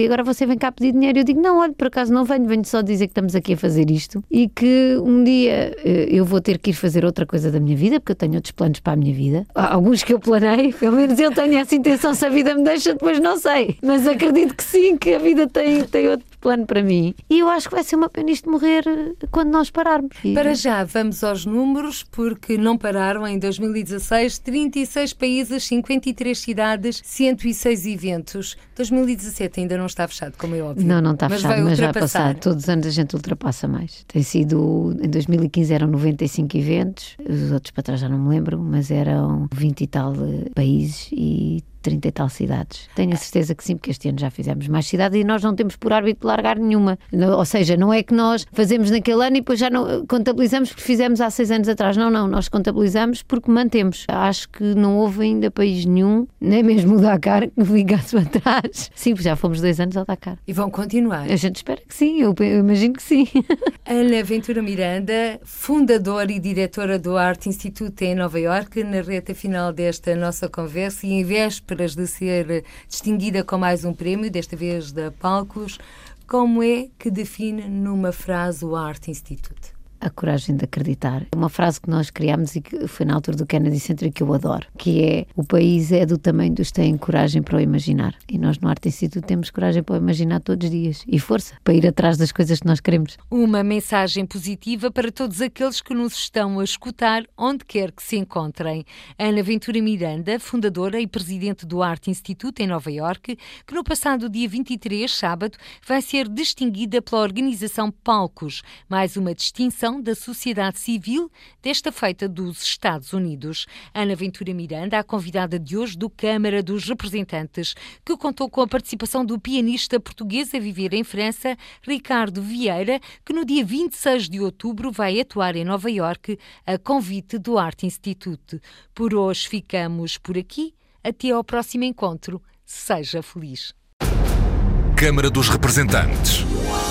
e agora você vem cá pedir dinheiro. Eu digo, não, olha, por acaso não venho só dizer que estamos aqui a fazer isto e que um dia eu vou ter que ir fazer outra coisa da minha vida, porque eu tenho outros planos para a minha vida. Há alguns que eu planei, pelo menos eu tenho essa intenção, se a vida me deixa, depois não sei. Mas acredito que sim, que a vida tem outro plano para mim. E eu acho que vai ser uma pena isto morrer quando nós pararmos. Para já, vamos aos números, porque não pararam em 2016, 36 países, 53 cidades, 106 eventos. 2017 ainda não está fechado, como é óbvio. Não está fechado, mas vai passar. Todos os anos a gente ultrapassa mais. Tem sido, em 2015 eram 95 eventos, os outros para trás já não me lembro, mas eram 20 e tal países e 30 e tal cidades. Tenho a certeza que sim, porque este ano já fizemos mais cidades e nós não temos por hábito largar nenhuma. Ou seja, não é que nós fazemos naquele ano e depois já não contabilizamos porque fizemos há 6 anos atrás. Não, nós contabilizamos porque mantemos. Acho que não houve ainda país nenhum, nem mesmo o Dakar, que ficasse para trás. Sim, já fomos 2 anos ao Dakar. E vão continuar? A gente espera que sim, eu imagino que sim. Ana Ventura Miranda, fundadora e diretora do Art Institute em Nova Iorque, na reta final desta nossa conversa e em véspera de ser distinguida com mais um prémio, desta vez da Palcos, como é que define numa frase o Art Institute? A coragem de acreditar. Uma frase que nós criámos e que foi na altura do Kennedy Center e que eu adoro, que é: o país é do tamanho dos que têm coragem para o imaginar. E nós no Art Institute temos coragem para o imaginar todos os dias. E força para ir atrás das coisas que nós queremos. Uma mensagem positiva para todos aqueles que nos estão a escutar, onde quer que se encontrem. Ana Ventura Miranda, fundadora e presidente do Art Institute em Nova Iorque, que no passado dia 23, sábado, vai ser distinguida pela organização Palcos, mais uma distinção da sociedade civil, desta feita dos Estados Unidos. Ana Ventura Miranda, a convidada de hoje do Câmara dos Representantes, que contou com a participação do pianista português a viver em França, Ricardo Vieira, que no dia 26 de outubro vai atuar em Nova Iorque a convite do Art Institute. Por hoje ficamos por aqui. Até ao próximo encontro. Seja feliz. Câmara dos Representantes.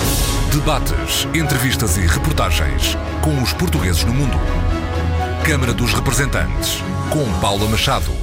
Debates, entrevistas e reportagens com os portugueses no mundo. Câmara dos Representantes, com Paula Machado.